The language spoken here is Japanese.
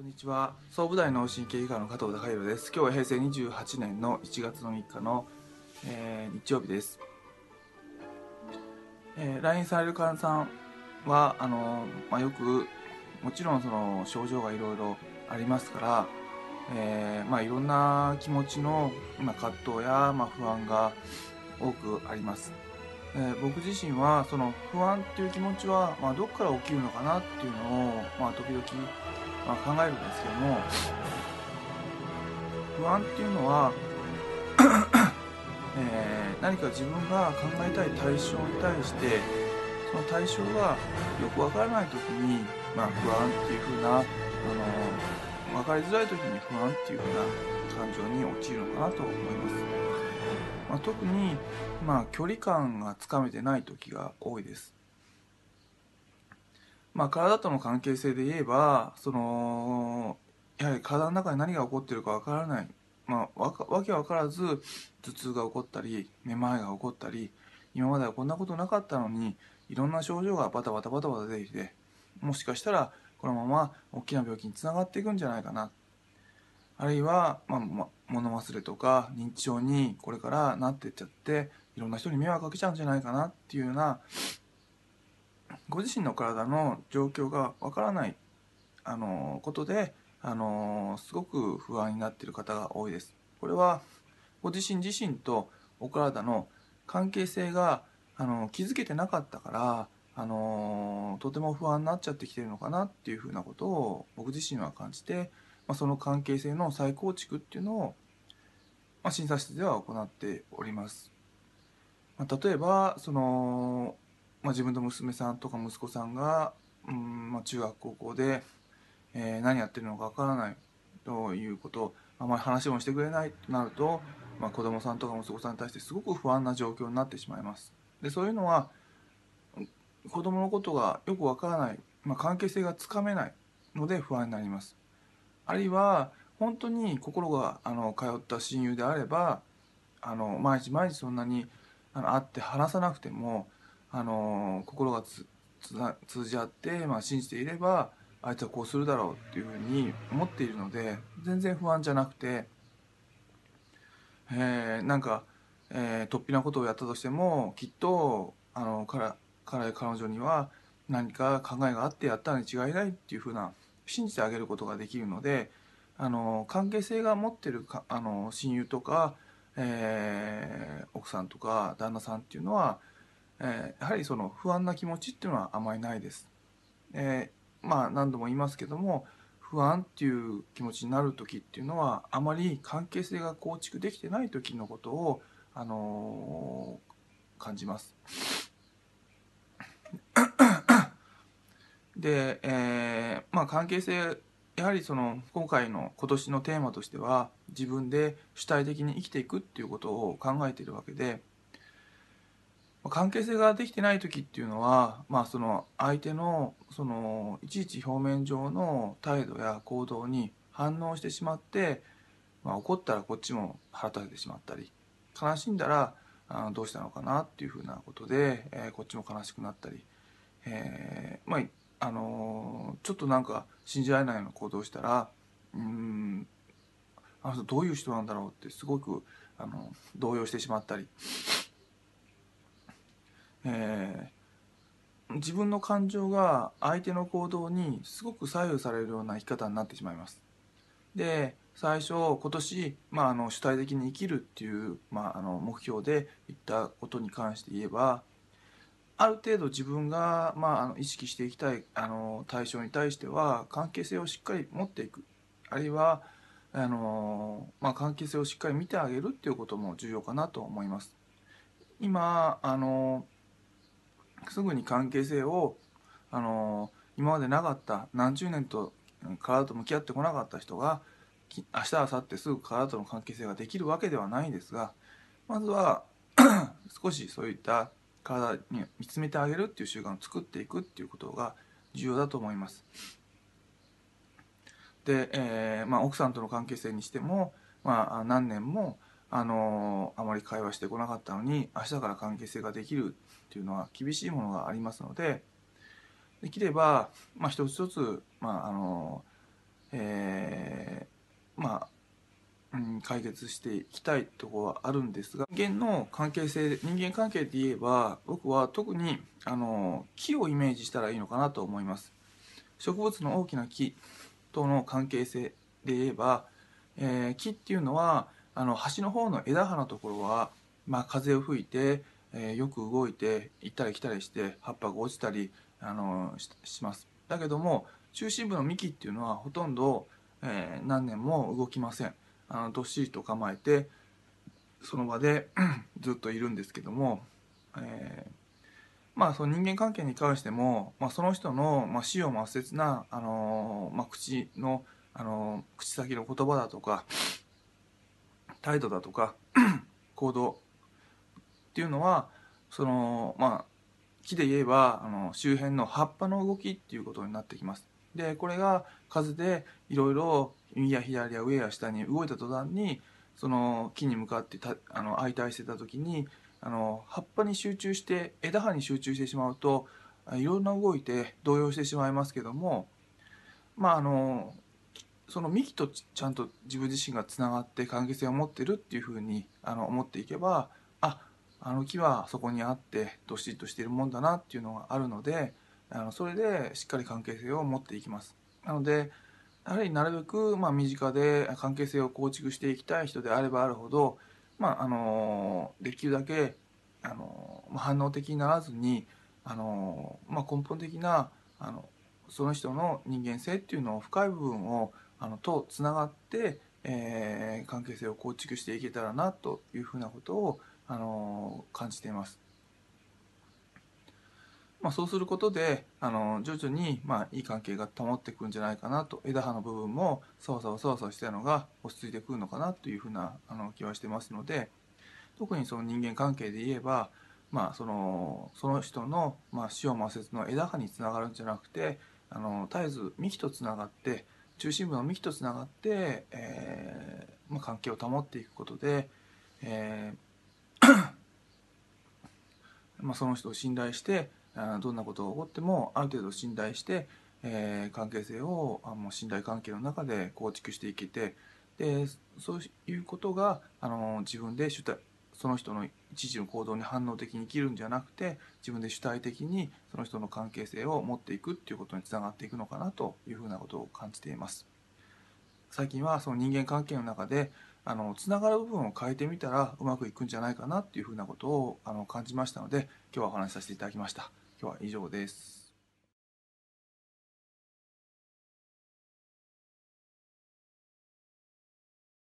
こんにちは。総武大脳神経外科の加藤孝弘です。今日は平成28年の1月の3日の、日曜日です。来院される患者さんはよくもちろんその症状がいろいろありますから、いろんな気持ちの、葛藤や、不安が多くあります。僕自身はその不安っていう気持ちは、どこから起きるのかなっていうのを、時々、考えるんですけども、不安っていうのは何か自分が考えたい対象に対してその対象がよくわからない時に、不安っていう風な分かりづらい時に不安っていう風な感情に陥るのかなと思います。特に、距離感がつかめてない時が多いです。体との関係性で言えばやはり体の中で何が起こっているかわからない、わけわからず頭痛が起こったりめまいが起こったり、今まではこんなことなかったのにいろんな症状がバタバタバタバタ出てきて、もしかしたらこのまま大きな病気につながっていくんじゃないかな、あるいは、物忘れとか認知症にこれからなっていっちゃっていろんな人に迷惑かけちゃうんじゃないかなっていうような、ご自身の体の状況がわからないことですごく不安になっている方が多いです。これはご自身自身とお体の関係性が気づけてなかったからとても不安になっちゃってきているのかなっていうふうなことを僕自身は感じて、その関係性の再構築っていうのを、診察室では行っております。例えば自分の娘さんとか息子さんが、中学高校で何やってるのかわからないということ、あまり話もしてくれないとなると、子供さんとか息子さんに対してすごく不安な状況になってしまいます。でそういうのは子供のことがよくわからない、関係性がつかめないので不安になります。あるいは本当に心が通った親友であれば毎日毎日そんなに会って話さなくても心が通じ合って、信じていればあいつはこうするだろうっていうふうに思っているので全然不安じゃなくて、なんか、突飛なことをやったとしてもきっと彼女には何か考えがあってやったに違いないっていうふうな信じてあげることができるので関係性が持ってる親友とか、奥さんとか旦那さんっていうのは、やはりその不安な気持ちっていうのはあまりないです。何度も言いますけども不安っていう気持ちになる時っていうのはあまり関係性が構築できてない時のことを、感じます。で、関係性やはり今回の今年のテーマとしては自分で主体的に生きていくっていうことを考えているわけで、関係性ができてない時っていうのは、その相手のいちいち表面上の態度や行動に反応してしまって、怒ったらこっちも腹立ててしまったり、悲しんだらどうしたのかなっていうふうなことで、こっちも悲しくなったり、ちょっとなんか信じられないような行動をしたらあの人どういう人なんだろうってすごく動揺してしまったり、え自分の感情が相手の行動にすごく左右されるような生き方になってしまいます。で最初今年、主体的に生きるっていう、目標で言ったことに関して言えばある程度自分が、意識していきたい対象に対しては関係性をしっかり持っていく、あるいは関係性をしっかり見てあげるっていうことも重要かなと思います。今すぐに関係性を今までなかった何十年と体と向き合ってこなかった人が明日明後日すぐ体との関係性ができるわけではないですが、まずは少しそういった体に見つめてあげるっていう習慣を作っていくっていうことが重要だと思います。で、奥さんとの関係性にしても、何年もあまり会話してこなかったのに明日から関係性ができるっていうのは厳しいものがありますので、できれば、一つ一つ、 解決していきたいところはあるんですが、人間関係で言えば、僕は特に木をイメージしたらいいのかなと思います。植物の大きな木との関係性で言えば、木っていうのは端の方の枝葉のところは、風を吹いて、よく動いて行ったり来たりして葉っぱが落ちたりします。だけども中心部の幹っていうのはほとんど、何年も動きません。どっしりと構えてその場でずっといるんですけども、その人間関係に関しても、その人の、枝葉末節な、口先の言葉だとか態度だとか行動っていうのは木で言えば周辺の葉っぱの動きっていうことになってきます。でこれが風でいろいろ右や左や上や下に動いた途端にその木に向かって相対してた時に葉っぱに集中して枝葉に集中してしまうといろんな動いて動揺してしまいますけども、その幹とちゃんと自分自身がつながって関係性を持ってるっていうふうに思っていけば、あの木はそこにあってどっしりとしているもんだなっていうのがあるので、それでしっかり関係性を持っていきます。なのでやはりなるべく身近で関係性を構築していきたい人であればあるほど、できるだけ反応的にならずに根本的なその人の人間性っていうのを深い部分をとつながって、関係性を構築していけたらなというふうなことを感じています。そうすることで徐々にいい関係が保っていくんじゃないかなと、枝葉の部分もそわそわそわそわしたのが落ち着いてくるのかなというふうな気はしてますので、特にその人間関係で言えば、その人の、枝葉末節の枝葉につながるんじゃなくて絶えず幹とつながって中心部の幹とつながって、関係を保っていくことで、その人を信頼してどんなことが起こってもある程度信頼して、関係性をもう信頼関係の中で構築していけて、でそういうことが自分でその人の一時の行動に反応的に生きるんじゃなくて自分で主体的にその人の関係性を持っていくっていうことにつながっていくのかなというふうなことを感じています。最近はその人間関係の中でつながる部分を変えてみたらうまくいくんじゃないかなっていうふうなことを感じましたので今日はお話しさせていただきました。今日は以上です。